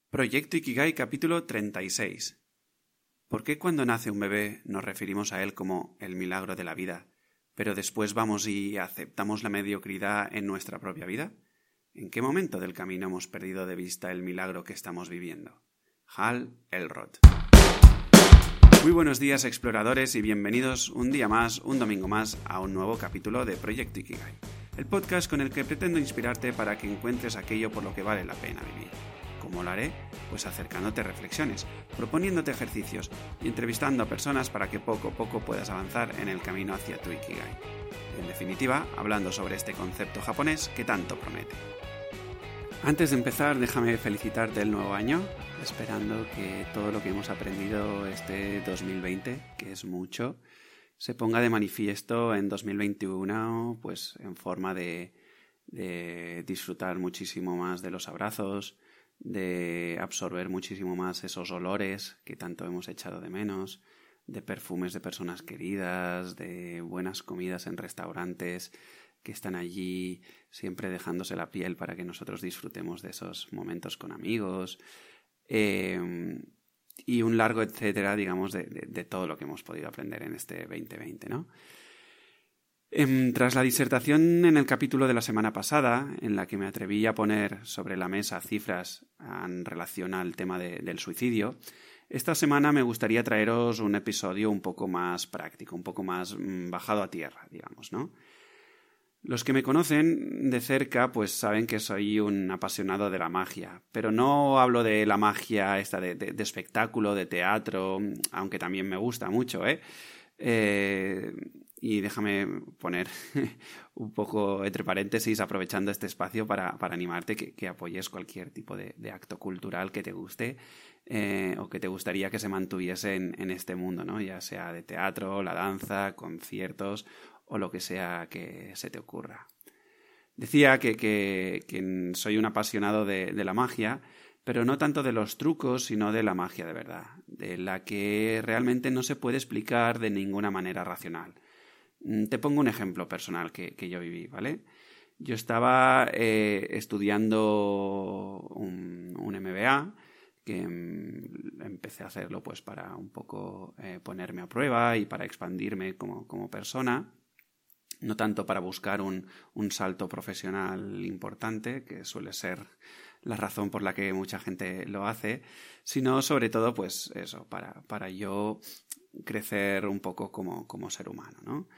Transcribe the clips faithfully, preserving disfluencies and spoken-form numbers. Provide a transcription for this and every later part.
Proyecto Ikigai capítulo treinta y seis. ¿Por qué cuando nace un bebé nos referimos a él como el milagro de la vida, pero después vamos y aceptamos la mediocridad en nuestra propia vida? ¿En qué momento del camino hemos perdido de vista el milagro que estamos viviendo? Hal Elrod. Muy buenos días, exploradores, y bienvenidos un día más, un domingo más, a un nuevo capítulo de Proyecto Ikigai, el podcast con el que pretendo inspirarte para que encuentres aquello por lo que vale la pena vivir. ¿Cómo lo haré? Pues acercándote reflexiones, proponiéndote ejercicios y entrevistando a personas para que poco a poco puedas avanzar en el camino hacia tu Ikigai. En definitiva, hablando sobre este concepto japonés que tanto promete. Antes de empezar, déjame felicitarte el nuevo año, esperando que todo lo que hemos aprendido este dos mil veinte, que es mucho, se ponga de manifiesto en dos mil veintiuno, pues en forma de, de disfrutar muchísimo más de los abrazos, de absorber muchísimo más esos olores que tanto hemos echado de menos, de perfumes de personas queridas, de buenas comidas en restaurantes que están allí siempre dejándose la piel para que nosotros disfrutemos de esos momentos con amigos, eh, y un largo etcétera, digamos, de, de, de todo lo que hemos podido aprender en este veinte veinte, ¿no? Eh, tras la disertación en el capítulo de la semana pasada, en la que me atreví a poner sobre la mesa cifras en relación al tema de, del suicidio, esta semana me gustaría traeros un episodio un poco más práctico, un poco más mmm, bajado a tierra, digamos, ¿no? Los que me conocen de cerca pues saben que soy un apasionado de la magia, pero no hablo de la magia esta de, de, de espectáculo, de teatro, aunque también me gusta mucho, ¿eh? eh y déjame poner un poco entre paréntesis, aprovechando este espacio para, para animarte que, que apoyes cualquier tipo de, de acto cultural que te guste eh, o que te gustaría que se mantuviese en, en este mundo, ¿no? Ya sea de teatro, la danza, conciertos o lo que sea que se te ocurra. Decía que, que, que soy un apasionado de, de la magia, pero no tanto de los trucos, sino de la magia de verdad, de la que realmente no se puede explicar de ninguna manera racional. Te pongo un ejemplo personal que, que yo viví, ¿vale? Yo estaba eh, estudiando un, un M B A, que mm, empecé a hacerlo pues para un poco eh, ponerme a prueba y para expandirme como, como persona, no tanto para buscar un, un salto profesional importante, que suele ser la razón por la que mucha gente lo hace, sino sobre todo pues eso, para, para yo crecer un poco como, como ser humano, ¿no?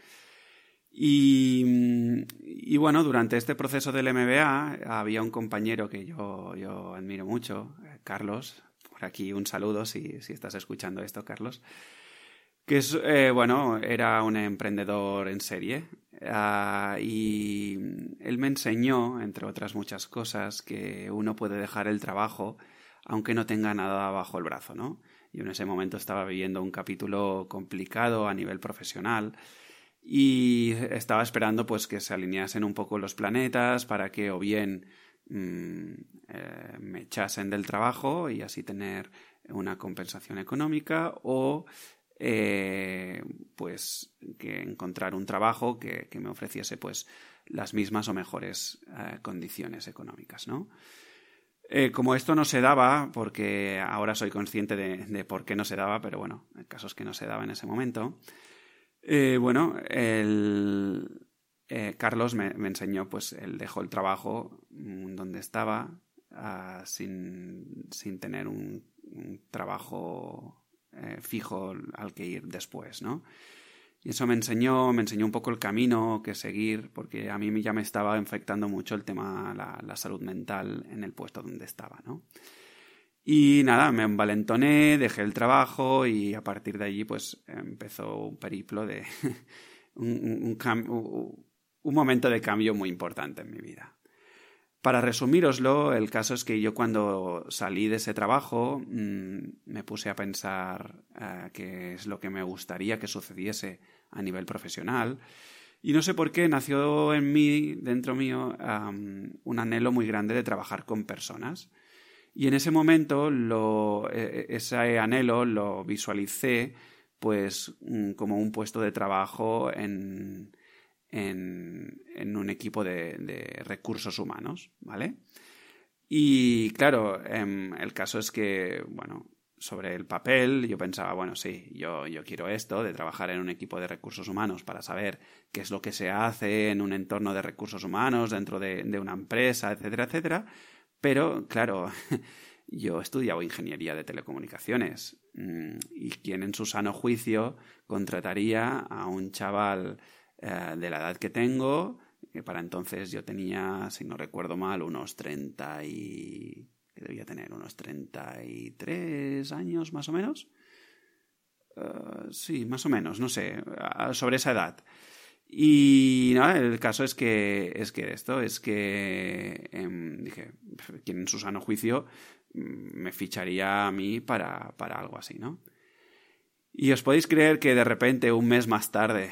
Y, y bueno, durante este proceso del M B A había un compañero que yo, yo admiro mucho, Carlos, por aquí un saludo si, si estás escuchando esto, Carlos, que es, eh, bueno, era un emprendedor en serie, uh, y él me enseñó, entre otras muchas cosas, que uno puede dejar el trabajo aunque no tenga nada bajo el brazo, ¿no? Yo en ese momento estaba viviendo un capítulo complicado a nivel profesional y estaba esperando pues que se alineasen un poco los planetas para que o bien mmm, eh, me echasen del trabajo y así tener una compensación económica o eh, pues que encontrar un trabajo que, que me ofreciese pues las mismas o mejores eh, condiciones económicas, ¿no? Eh, como esto no se daba, porque ahora soy consciente de, de por qué no se daba, pero bueno, el caso es que no se daba en ese momento. Eh, bueno, el, eh, Carlos me, me enseñó, pues él dejó el trabajo donde estaba uh, sin, sin tener un, un trabajo eh, fijo al que ir después, ¿no? Y eso me enseñó, me enseñó un poco el camino que seguir, porque a mí ya me estaba afectando mucho el tema, la, la salud mental en el puesto donde estaba, ¿no? Y nada, me envalentoné, dejé el trabajo y a partir de allí pues empezó un periplo de un, un, un, un momento de cambio muy importante en mi vida. Para resumíroslo, el caso es que yo cuando salí de ese trabajo mmm, me puse a pensar uh, qué es lo que me gustaría que sucediese a nivel profesional y no sé por qué nació en mí, dentro mío, um, un anhelo muy grande de trabajar con personas. Y en ese momento lo, ese anhelo lo visualicé pues como un puesto de trabajo en, en, en un equipo de, de recursos humanos, ¿vale? Y claro, eh, el caso es que, bueno, sobre el papel yo pensaba, bueno, sí, yo, yo quiero esto, de trabajar en un equipo de recursos humanos para saber qué es lo que se hace en un entorno de recursos humanos dentro de, de una empresa, etcétera, etcétera. Pero, claro, yo he estudiado ingeniería de telecomunicaciones y quien en su sano juicio contrataría a un chaval eh, de la edad que tengo, que para entonces yo tenía, si no recuerdo mal, unos treinta y... que debía tener unos treinta y tres años más o menos. Uh, sí, más o menos, no sé, sobre esa edad. Y no, el caso es que es que esto es que eh, dije, quien en su sano juicio me ficharía a mí para, para algo así, ¿no? Y os podéis creer que de repente un mes más tarde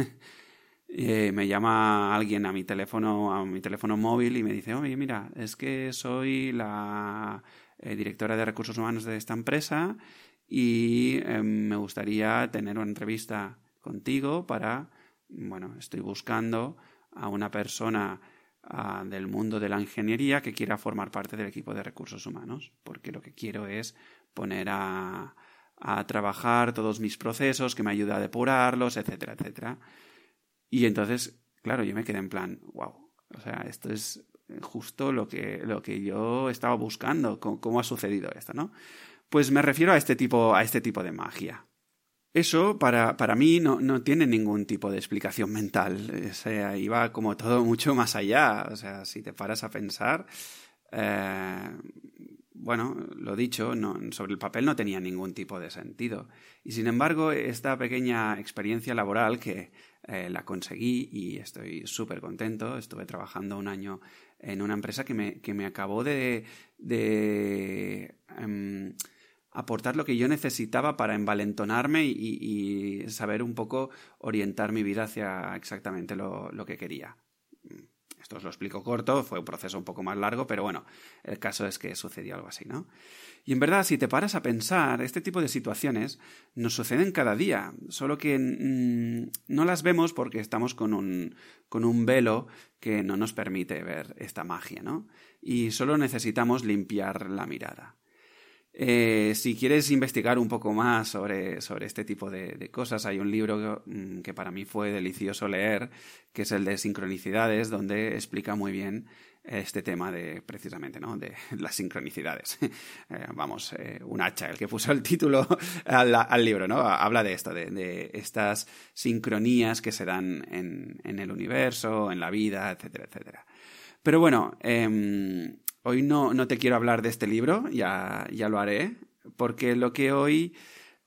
eh, me llama alguien a mi teléfono a mi teléfono móvil y me dice, oye, mira, es que soy la eh, directora de recursos humanos de esta empresa y eh, me gustaría tener una entrevista contigo para, bueno, estoy buscando a una persona uh, del mundo de la ingeniería que quiera formar parte del equipo de recursos humanos, porque lo que quiero es poner a, a trabajar todos mis procesos, que me ayude a depurarlos, etcétera, etcétera. Y entonces, claro, yo me quedé en plan, wow, o sea, esto es justo lo que, lo que yo estaba buscando. ¿Cómo, cómo ha sucedido esto, no? Pues me refiero a este tipo, a este tipo de magia. Eso, para, para mí, no, no tiene ningún tipo de explicación mental. O sea, iba como todo mucho más allá. O sea, si te paras a pensar... Eh, bueno, lo dicho, no, sobre el papel no tenía ningún tipo de sentido. Y sin embargo, esta pequeña experiencia laboral que eh, la conseguí y estoy súper contento. Estuve trabajando un año en una empresa que me, que me acabó de... de um, aportar lo que yo necesitaba para envalentonarme y, y saber un poco orientar mi vida hacia exactamente lo, lo que quería. Esto os lo explico corto, fue un proceso un poco más largo, pero bueno, el caso es que sucedió algo así, ¿no? Y en verdad, si te paras a pensar, este tipo de situaciones nos suceden cada día, solo que mmm, no las vemos porque estamos con un, con un velo que no nos permite ver esta magia, ¿no? Y solo necesitamos limpiar la mirada. Eh, si quieres investigar un poco más sobre, sobre este tipo de, de cosas, hay un libro que, que para mí fue delicioso leer, que es el de Sincronicidades, donde explica muy bien este tema de, precisamente, ¿no?, de las sincronicidades. eh, vamos, eh, un hacha, el que puso el título al, al libro, ¿no? Habla de esto, de, de estas sincronías que se dan en, en el universo, en la vida, etcétera, etcétera. Pero bueno, eh, hoy no, no te quiero hablar de este libro, ya, ya lo haré, porque lo que hoy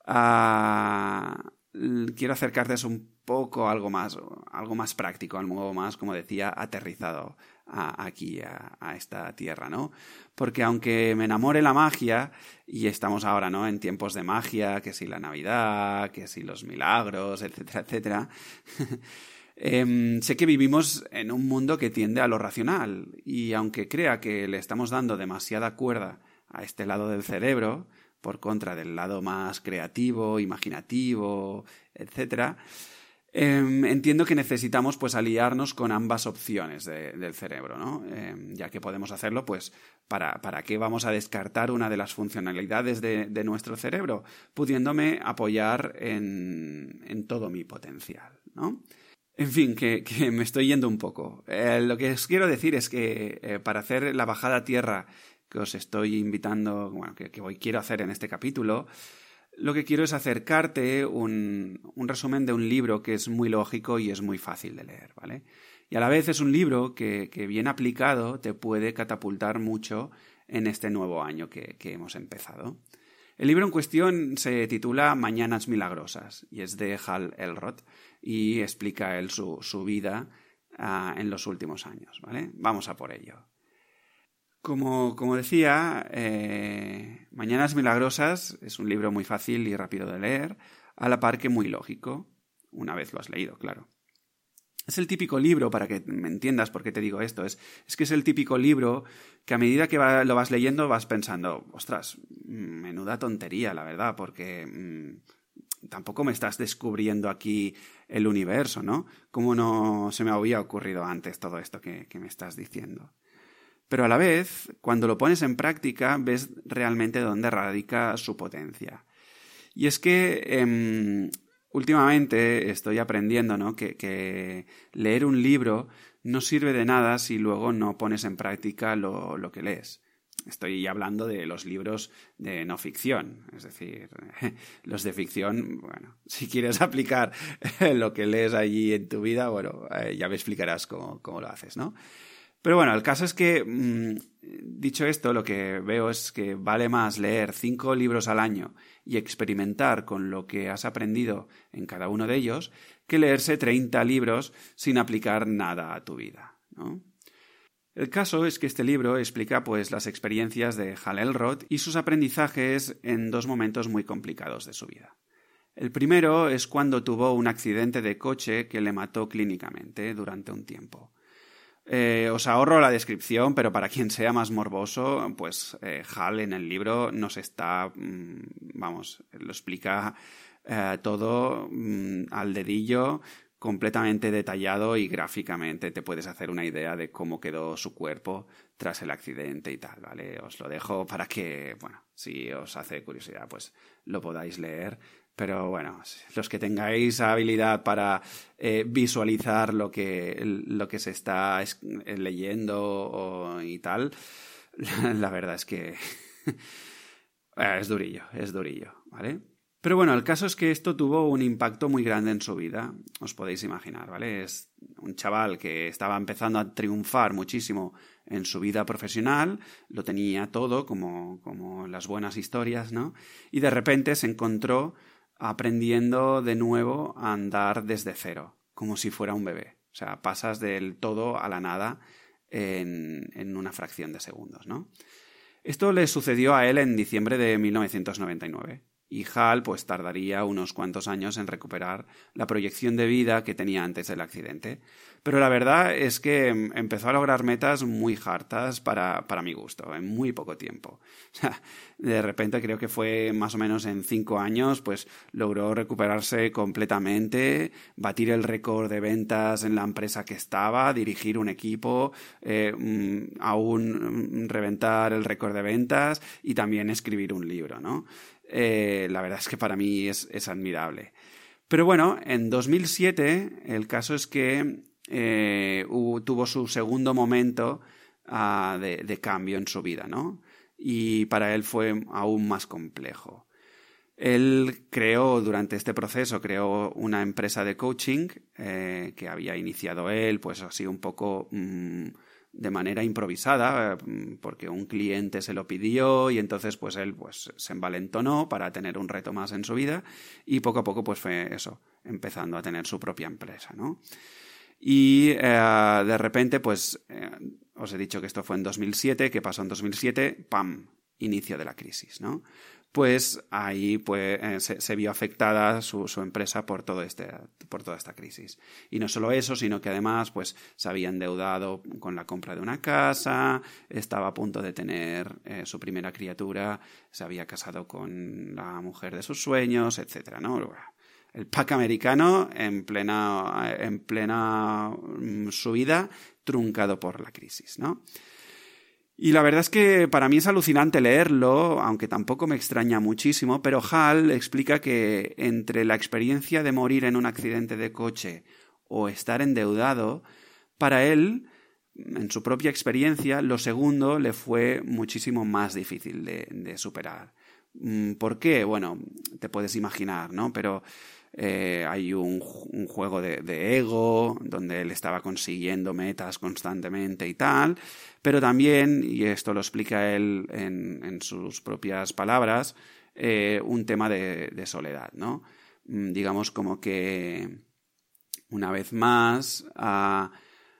uh, quiero acercarte es un poco algo más, algo más práctico, algo más, como decía, aterrizado a, aquí, a, a esta tierra, ¿no? Porque aunque me enamore la magia, y estamos ahora, ¿no?, en tiempos de magia, que si la Navidad, que si los milagros, etcétera, etcétera... Eh, sé que vivimos en un mundo que tiende a lo racional y aunque crea que le estamos dando demasiada cuerda a este lado del cerebro, por contra del lado más creativo, imaginativo, etcétera, eh, entiendo que necesitamos pues aliarnos con ambas opciones de, del cerebro, ¿no? Eh, ya que podemos hacerlo, pues ¿para, ¿para qué vamos a descartar una de las funcionalidades de, de nuestro cerebro? Pudiéndome apoyar en, en todo mi potencial, ¿no? En fin, que, que me estoy yendo un poco. Eh, lo que os quiero decir es que eh, para hacer la bajada a tierra que os estoy invitando, bueno, que, que hoy quiero hacer en este capítulo, lo que quiero es acercarte un, un resumen de un libro que es muy lógico y es muy fácil de leer, ¿vale? Y a la vez es un libro que, que bien aplicado te puede catapultar mucho en este nuevo año que, que hemos empezado. El libro en cuestión se titula Mañanas milagrosas y es de Hal Elrod y explica él su, su vida uh, en los últimos años, ¿vale? Vamos a por ello. Como, como decía, eh, Mañanas milagrosas es un libro muy fácil y rápido de leer, a la par que muy lógico, una vez lo has leído, claro. Es el típico libro, para que me entiendas por qué te digo esto, es, es que es el típico libro que a medida que va, lo vas leyendo vas pensando, ostras, menuda tontería, la verdad, porque mmm, tampoco me estás descubriendo aquí el universo, ¿no? ¿Cómo no se me había ocurrido antes todo esto que, que me estás diciendo? Pero a la vez, cuando lo pones en práctica, ves realmente dónde radica su potencia. Y es que eh, últimamente estoy aprendiendo, ¿no?, que, que leer un libro no sirve de nada si luego no pones en práctica lo, lo que lees. Estoy hablando de los libros de no ficción, es decir, los de ficción, bueno, si quieres aplicar lo que lees allí en tu vida, bueno, eh, ya me explicarás cómo, cómo lo haces, ¿no? Pero bueno, el caso es que, mmm, dicho esto, lo que veo es que vale más leer cinco libros al año y experimentar con lo que has aprendido en cada uno de ellos que leerse treinta libros sin aplicar nada a tu vida, ¿no? El caso es que este libro explica pues las experiencias de Hal Elrod y sus aprendizajes en dos momentos muy complicados de su vida. El primero es cuando tuvo un accidente de coche que le mató clínicamente durante un tiempo. Eh, os ahorro la descripción, pero para quien sea más morboso, pues eh, Hal en el libro nos está, mmm, vamos, lo explica eh, todo mmm, al dedillo, completamente detallado y gráficamente te puedes hacer una idea de cómo quedó su cuerpo tras el accidente y tal, ¿vale? Os lo dejo para que, bueno, si os hace curiosidad, pues lo podáis leer. Pero bueno, los que tengáis habilidad para eh, visualizar lo que, lo que se está leyendo o, y tal, la, la verdad es que es durillo, es durillo, ¿vale? Pero bueno, el caso es que esto tuvo un impacto muy grande en su vida, os podéis imaginar, ¿vale? Es un chaval que estaba empezando a triunfar muchísimo en su vida profesional, lo tenía todo, como, como las buenas historias, ¿no? Y de repente se encontró aprendiendo de nuevo a andar desde cero, como si fuera un bebé. O sea, pasas del todo a la nada en, en una fracción de segundos, ¿no? Esto le sucedió a él en diciembre de mil novecientos noventa y nueve. Y Hal pues tardaría unos cuantos años en recuperar la proyección de vida que tenía antes del accidente. Pero la verdad es que empezó a lograr metas muy hartas para, para mi gusto, en muy poco tiempo. O sea, de repente creo que fue más o menos en cinco años, pues logró recuperarse completamente, batir el récord de ventas en la empresa que estaba, dirigir un equipo, eh, aún reventar el récord de ventas y también escribir un libro, ¿no? Eh, la verdad es que para mí es, es admirable. Pero bueno, en dos mil siete el caso es que eh, hubo, tuvo su segundo momento uh, de, de cambio en su vida, ¿no? Y para él fue aún más complejo. Él creó, durante este proceso, creó una empresa de coaching eh, que había iniciado él, pues así un poco mmm, de manera improvisada, porque un cliente se lo pidió y entonces pues él pues se envalentonó para tener un reto más en su vida y poco a poco pues fue eso, empezando a tener su propia empresa, ¿no? Y eh, de repente pues eh, os he dicho que esto fue en dos mil siete, ¿qué pasó en dos mil siete? ¡Pam! Inicio de la crisis, ¿no? Pues ahí pues, eh, se, se vio afectada su, su empresa por, todo este, por toda esta crisis. Y no solo eso, sino que además pues, se había endeudado con la compra de una casa, estaba a punto de tener eh, su primera criatura, se había casado con la mujer de sus sueños, etcétera, ¿no? El pack americano en plena, en plena mm, subida, truncado por la crisis, ¿no? Y la verdad es que para mí es alucinante leerlo, aunque tampoco me extraña muchísimo, pero Hal explica que entre la experiencia de morir en un accidente de coche o estar endeudado, para él, en su propia experiencia, lo segundo le fue muchísimo más difícil de, de superar. ¿Por qué? Bueno, te puedes imaginar, ¿no? Pero eh, hay un, un juego de, de ego donde él estaba consiguiendo metas constantemente y tal, pero también, y esto lo explica él en, en sus propias palabras, eh, un tema de, de soledad, ¿no? Digamos como que una vez más uh,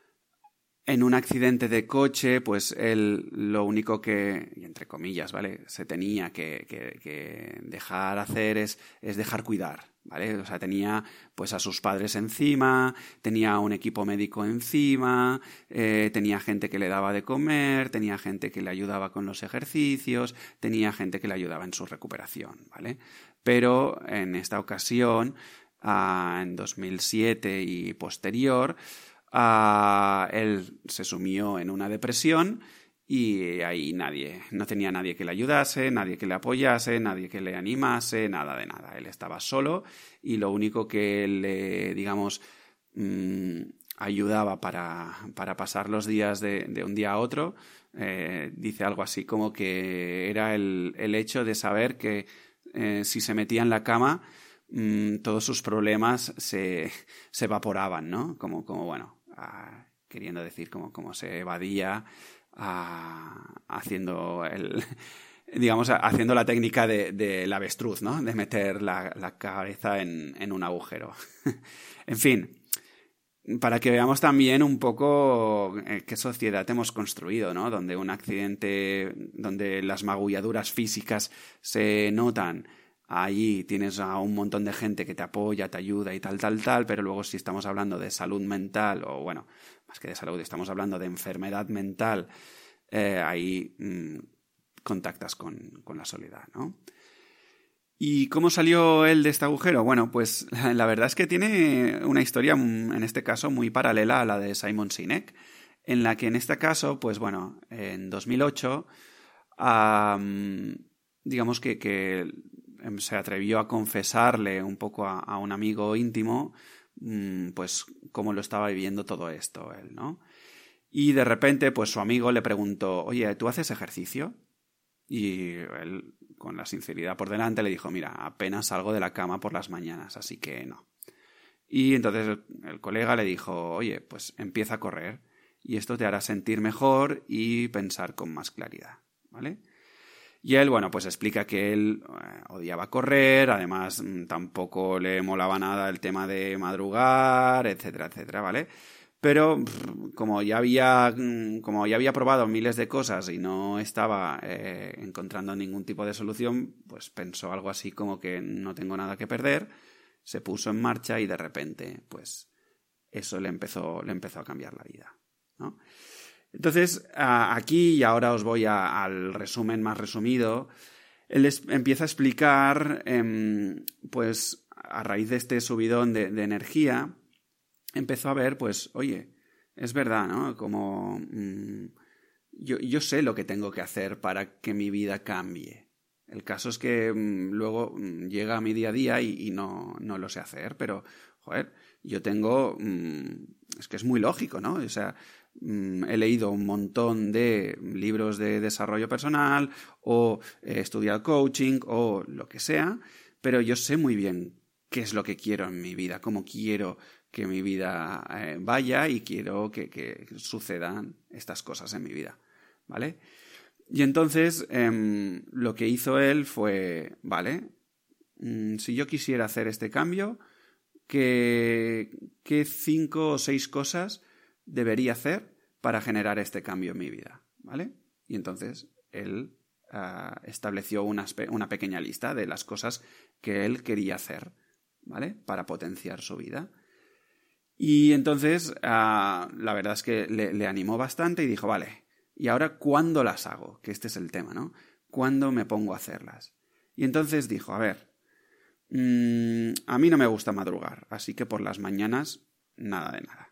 en un accidente de coche, pues él lo único que, y entre comillas, ¿vale?, se tenía que, que, que dejar hacer es, es dejar cuidar, ¿vale? O sea, tenía pues a sus padres encima, tenía un equipo médico encima, eh, tenía gente que le daba de comer, tenía gente que le ayudaba con los ejercicios, tenía gente que le ayudaba en su recuperación, ¿vale? Pero en esta ocasión, uh, en dos mil siete y posterior, Uh, él se sumió en una depresión y ahí nadie, no tenía nadie que le ayudase, nadie que le apoyase, nadie que le animase, nada de nada. Él estaba solo y lo único que le, digamos, mmm, ayudaba para, para pasar los días de, de un día a otro, eh, dice algo así como que era el, el hecho de saber que eh, si se metía en la cama, mmm, todos sus problemas se, se evaporaban, ¿no? Como, como bueno, ah, queriendo decir como, como se evadía a, haciendo el, digamos, haciendo la técnica de, de la avestruz, ¿no? De meter la, la cabeza en, en un agujero. En fin, para que veamos también un poco qué sociedad hemos construido, ¿no? Donde un accidente, donde las magulladuras físicas se notan, allí tienes a un montón de gente que te apoya, te ayuda y tal, tal, tal, pero luego si estamos hablando de salud mental, o bueno, más que de salud, estamos hablando de enfermedad mental, eh, ahí mmm, contactas con, con la soledad, ¿no? ¿Y cómo salió él de este agujero? Bueno, pues la verdad es que tiene una historia, en este caso, muy paralela a la de Simon Sinek, en la que en este caso, pues bueno, en dos mil ocho, um, digamos que, que se atrevió a confesarle un poco a, a un amigo íntimo, pues cómo lo estaba viviendo todo esto él, ¿no? Y de repente, pues su amigo le preguntó, oye, ¿tú haces ejercicio? Y él, con la sinceridad por delante, le dijo, mira, apenas salgo de la cama por las mañanas, así que no. Y entonces el, el colega le dijo, oye, pues empieza a correr y esto te hará sentir mejor y pensar con más claridad, ¿vale? Y él, bueno, pues explica que él eh, odiaba correr, además tampoco le molaba nada el tema de madrugar, etcétera, etcétera, ¿vale? Pero como ya había, como ya había probado miles de cosas y no estaba eh, encontrando ningún tipo de solución, pues pensó algo así como que no tengo nada que perder, se puso en marcha y de repente, pues eso le empezó, le empezó a cambiar la vida, ¿no? Entonces, aquí, y ahora os voy a, al resumen más resumido, él es, empieza a explicar, eh, pues a raíz de este subidón de, de energía, empezó a ver, pues, oye, es verdad, ¿no? Como mmm, yo, yo sé lo que tengo que hacer para que mi vida cambie. El caso es que mmm, luego mmm, llega a mi día a día y, y no, no lo sé hacer, pero, joder, yo tengo... Mmm, es que es muy lógico, ¿no? O sea, mmm, he leído un montón de libros de desarrollo personal o he estudiado coaching o lo que sea, pero yo sé muy bien qué es lo que quiero en mi vida, cómo quiero que mi vida eh, vaya y quiero que, que sucedan estas cosas en mi vida, ¿vale? Y entonces eh, lo que hizo él fue, vale, mmm, si yo quisiera hacer este cambio, ¿qué, qué cinco o seis cosas debería hacer para generar este cambio en mi vida? ¿Vale? Y entonces él uh, estableció una, una pequeña lista de las cosas que él quería hacer, ¿vale? Para potenciar su vida. Y entonces, uh, la verdad es que le, le animó bastante y dijo, vale, ¿y ahora cuándo las hago? Que este es el tema, ¿no? ¿Cuándo me pongo a hacerlas? Y entonces dijo, a ver, mmm, a mí no me gusta madrugar, así que por las mañanas, nada de nada.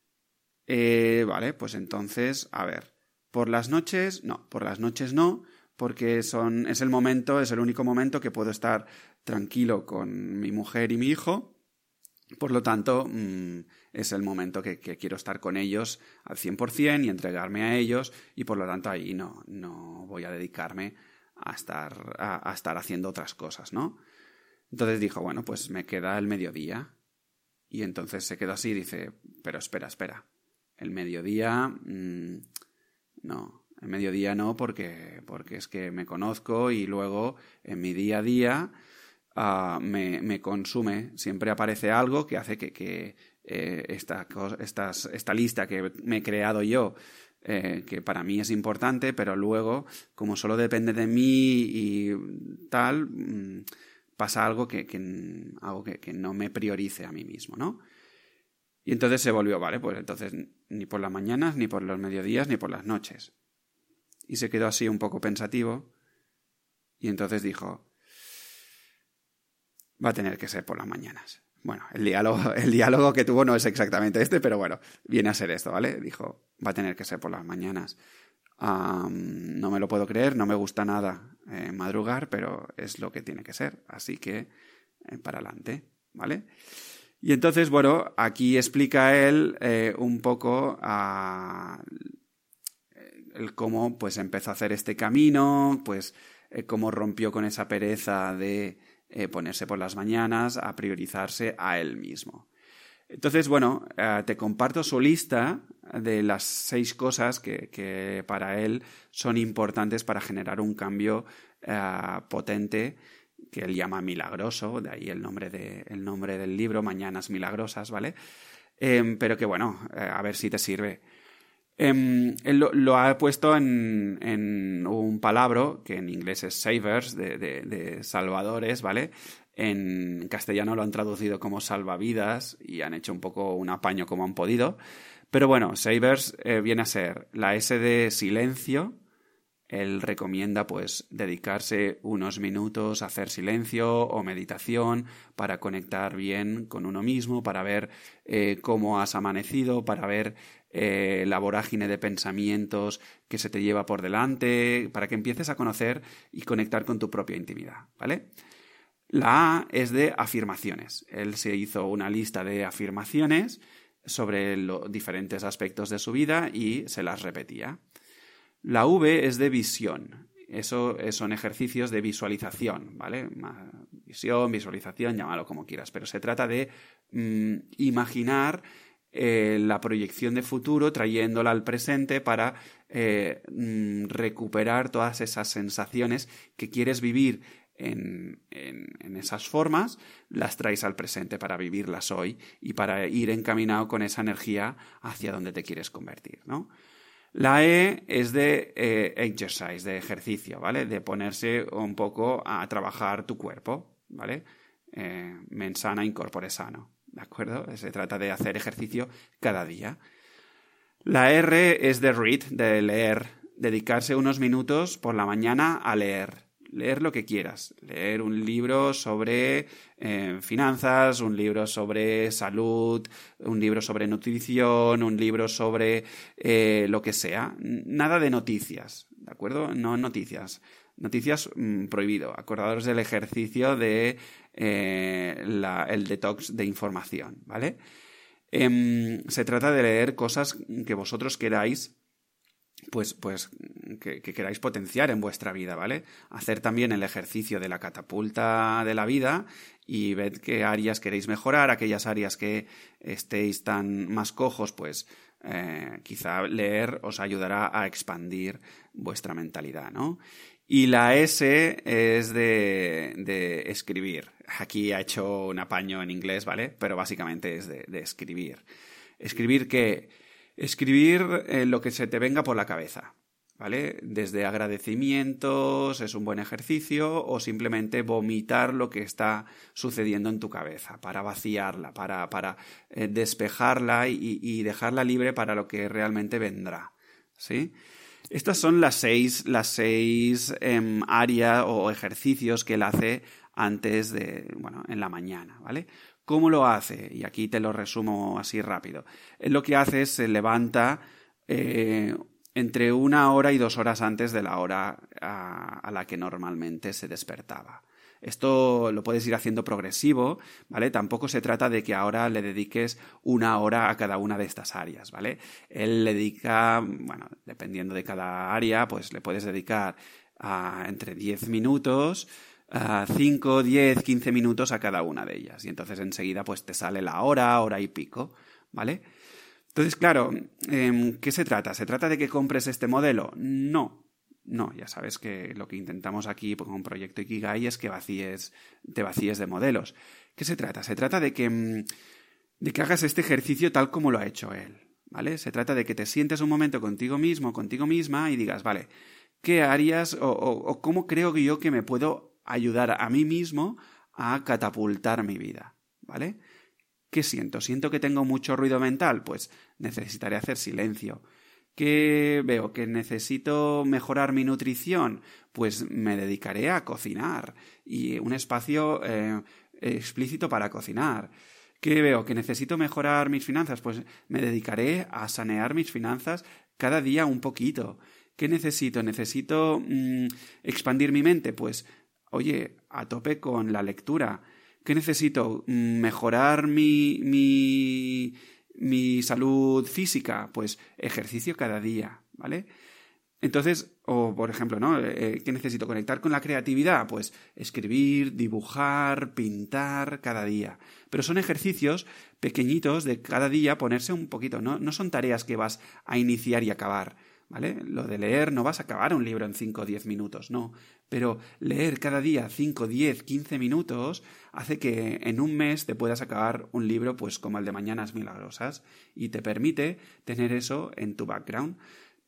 Eh, vale, pues entonces, a ver, por las noches, no, por las noches no, porque son, es el momento, es el único momento que puedo estar tranquilo con mi mujer y mi hijo. Por lo tanto, mmm, es el momento que, que quiero estar con ellos al cien por cien y entregarme a ellos y por lo tanto ahí no, no voy a dedicarme a estar, a, a estar haciendo otras cosas, ¿no? Entonces dijo, bueno, pues me queda el mediodía. Y entonces se quedó así y dice, pero espera, espera, el mediodía, mmm, no, el mediodía no porque, porque es que me conozco y luego en mi día a día... Uh, me, me consume, siempre aparece algo que hace que, que eh, esta, estas, esta lista que me he creado yo, eh, que para mí es importante, pero luego, como solo depende de mí y tal, mmm, pasa algo que, que, algo que, que no me priorice a mí mismo, ¿no? Y entonces se volvió, vale, pues entonces ni por las mañanas, ni por los mediodías, ni por las noches. Y se quedó así un poco pensativo y entonces dijo... va a tener que ser por las mañanas. Bueno, el diálogo, el diálogo que tuvo no es exactamente este, pero bueno, viene a ser esto, ¿vale? Dijo, va a tener que ser por las mañanas. Um, no me lo puedo creer, no me gusta nada eh, madrugar, pero es lo que tiene que ser. Así que eh, para adelante, ¿vale? Y entonces, bueno, aquí explica él eh, un poco a... el cómo pues empezó a hacer este camino, pues eh, cómo rompió con esa pereza de eh, ponerse por las mañanas a priorizarse a él mismo. Entonces, bueno, eh, te comparto su lista de las seis cosas que, que para él son importantes para generar un cambio eh, potente, que él llama milagroso, de ahí el nombre, de, el nombre del libro, Mañanas Milagrosas, ¿vale? Eh, pero que bueno, eh, a ver si te sirve. Eh, él lo, lo ha puesto en, en un palabra, que en inglés es savers, de, de, de salvadores, ¿vale? En castellano lo han traducido como salvavidas y han hecho un poco un apaño como han podido. Pero bueno, savers eh, viene a ser la S de silencio. Él recomienda pues dedicarse unos minutos a hacer silencio o meditación para conectar bien con uno mismo, para ver eh, cómo has amanecido, para ver eh, la vorágine de pensamientos que se te lleva por delante, para que empieces a conocer y conectar con tu propia intimidad, ¿vale? La A es de afirmaciones. Él se hizo una lista de afirmaciones sobre los diferentes aspectos de su vida y se las repetía. La V es de visión. Eso son ejercicios de visualización, ¿vale? Visión, visualización, llámalo como quieras, pero se trata de mmm, imaginar eh, la proyección de futuro trayéndola al presente para eh, mmm, recuperar todas esas sensaciones que quieres vivir En, en, en esas formas, las traes al presente para vivirlas hoy y para ir encaminado con esa energía hacia donde te quieres convertir, ¿no? La E es de eh, exercise, de ejercicio, ¿vale? De ponerse un poco a trabajar tu cuerpo, ¿vale? Eh, mens sana in corpore sano, ¿de acuerdo? Se trata de hacer ejercicio cada día. La R es de read, de leer, dedicarse unos minutos por la mañana a leer. Leer lo que quieras, leer un libro sobre eh, finanzas, un libro sobre salud, un libro sobre nutrición, un libro sobre eh, lo que sea. Nada de noticias, ¿de acuerdo? No noticias. Noticias mmm, prohibido. Acordaros del ejercicio de eh, la, el detox de información, ¿vale? Eh, se trata de leer cosas que vosotros queráis pues, pues que, que queráis potenciar en vuestra vida, ¿vale? Hacer también el ejercicio de la catapulta de la vida y ved qué áreas queréis mejorar, aquellas áreas que estéis tan más cojos, pues eh, quizá leer os ayudará a expandir vuestra mentalidad, ¿no? Y la S es de, de escribir. Aquí ha hecho un apaño en inglés, ¿vale? Pero básicamente es de, de escribir. Escribir que... Escribir eh, lo que se te venga por la cabeza, ¿vale? Desde agradecimientos, es un buen ejercicio, o simplemente vomitar lo que está sucediendo en tu cabeza, para vaciarla, para, para eh, despejarla y, y dejarla libre para lo que realmente vendrá, ¿sí? Estas son las seis, las seis eh, áreas o ejercicios que él hace antes de, bueno, en la mañana, ¿vale? ¿Cómo lo hace? Y aquí te lo resumo así rápido. Él lo que hace es se levanta eh, entre una hora y dos horas antes de la hora a, a la que normalmente se despertaba. Esto lo puedes ir haciendo progresivo, ¿vale? Tampoco se trata de que ahora le dediques una hora a cada una de estas áreas, ¿vale? Él le dedica, bueno, dependiendo de cada área, pues le puedes dedicar a entre diez minutos... Uh, cinco, diez, quince minutos a cada una de ellas. Y entonces enseguida pues te sale la hora, hora y pico, ¿vale? Entonces, claro, eh, ¿qué se trata? ¿Se trata de que compres este modelo? No, no, ya sabes que lo que intentamos aquí con un proyecto Ikigai es que vacíes, te vacíes de modelos. ¿Qué se trata? Se trata de que, de que hagas este ejercicio tal como lo ha hecho él, ¿vale? Se trata de que te sientes un momento contigo mismo, contigo misma y digas, vale, ¿qué áreas o, o, o cómo creo yo que me puedo ayudar a mí mismo a catapultar mi vida, ¿vale? ¿Qué siento? ¿Siento que tengo mucho ruido mental? Pues necesitaré hacer silencio. ¿Qué veo? ¿Que necesito mejorar mi nutrición? Pues me dedicaré a cocinar y un espacio eh, explícito para cocinar. ¿Qué veo? ¿Que necesito mejorar mis finanzas? Pues me dedicaré a sanear mis finanzas cada día un poquito. ¿Qué necesito? ¿Necesito mmm, expandir mi mente? Pues, oye, a tope con la lectura. ¿Qué necesito? ¿Mejorar mi, mi, mi salud física? Pues ejercicio cada día, ¿vale? Entonces, o por ejemplo, ¿no? Eh, ¿Qué necesito? ¿Conectar con la creatividad? Pues escribir, dibujar, pintar cada día. Pero son ejercicios pequeñitos de cada día, ponerse un poquito, ¿no? No son tareas que vas a iniciar y acabar, ¿vale? Lo de leer, no vas a acabar un libro en cinco o diez minutos, no. Pero leer cada día cinco, diez, quince minutos hace que en un mes te puedas acabar un libro pues como el de Mañanas Milagrosas y te permite tener eso en tu background.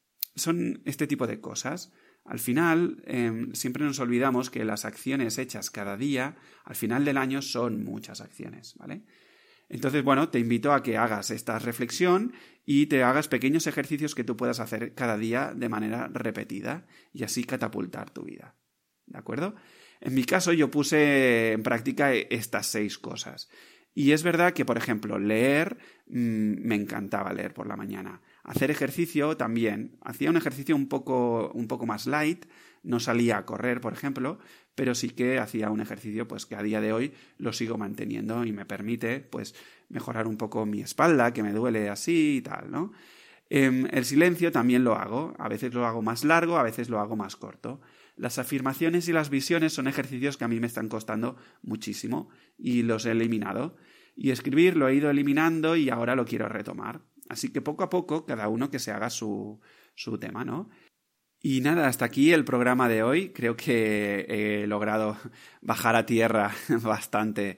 Son este tipo de cosas. Al final, eh, siempre nos olvidamos que las acciones hechas cada día, al final del año, son muchas acciones, ¿vale? Entonces, bueno, te invito a que hagas esta reflexión y te hagas pequeños ejercicios que tú puedas hacer cada día de manera repetida y así catapultar tu vida. ¿De acuerdo? En mi caso, yo puse en práctica estas seis cosas. Y es verdad que, por ejemplo, leer, mmm, me encantaba leer por la mañana. Hacer ejercicio también. Hacía un ejercicio un poco, un poco más light, no salía a correr, por ejemplo, pero sí que hacía un ejercicio pues que a día de hoy lo sigo manteniendo y me permite pues mejorar un poco mi espalda, que me duele así y tal, ¿no? Eh, el silencio también lo hago. A veces lo hago más largo, a veces lo hago más corto. Las afirmaciones y las visiones son ejercicios que a mí me están costando muchísimo y los he eliminado. Y escribir lo he ido eliminando y ahora lo quiero retomar. Así que poco a poco, cada uno que se haga su, su tema, ¿no? Y nada, hasta aquí el programa de hoy. Creo que he logrado bajar a tierra bastante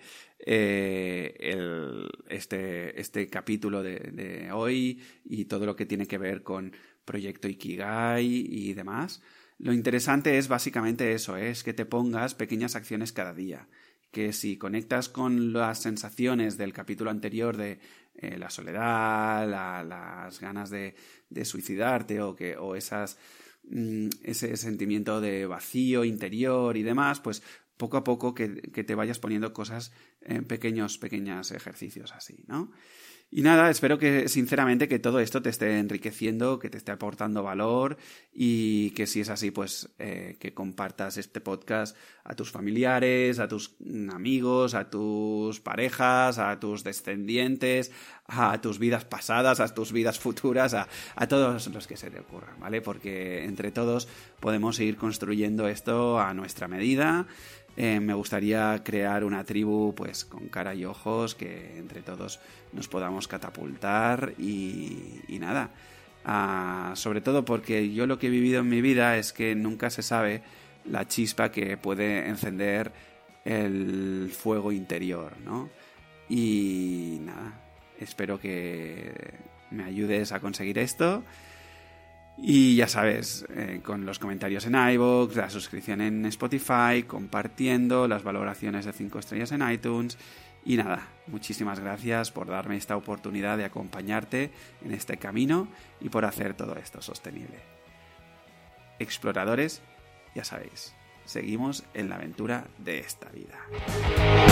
eh, el, este, este capítulo de, de hoy y todo lo que tiene que ver con Proyecto Ikigai y demás. Lo interesante es básicamente eso, ¿eh? Es que te pongas pequeñas acciones cada día. Que si conectas con las sensaciones del capítulo anterior de eh, la soledad, la, las ganas de, de suicidarte o, que, o esas, mm, ese sentimiento de vacío interior y demás, pues poco a poco que, que te vayas poniendo cosas en pequeños, pequeños ejercicios así, ¿no? Y nada, espero que sinceramente que todo esto te esté enriqueciendo, que te esté aportando valor y que si es así, pues eh, que compartas este podcast a tus familiares, a tus amigos, a tus parejas, a tus descendientes, a tus vidas pasadas, a tus vidas futuras, a, a todos los que se te ocurran, ¿vale? Porque entre todos podemos ir construyendo esto a nuestra medida. Eh, me gustaría crear una tribu pues con cara y ojos que entre todos nos podamos catapultar y, y nada, uh, sobre todo porque yo lo que he vivido en mi vida es que nunca se sabe la chispa que puede encender el fuego interior, ¿no? Y nada, espero que me ayudes a conseguir esto. Y ya sabes, eh, con los comentarios en iVoox, la suscripción en Spotify, compartiendo, las valoraciones de cinco estrellas en iTunes. Y nada, muchísimas gracias por darme esta oportunidad de acompañarte en este camino y por hacer todo esto sostenible. Exploradores, ya sabéis, seguimos en la aventura de esta vida.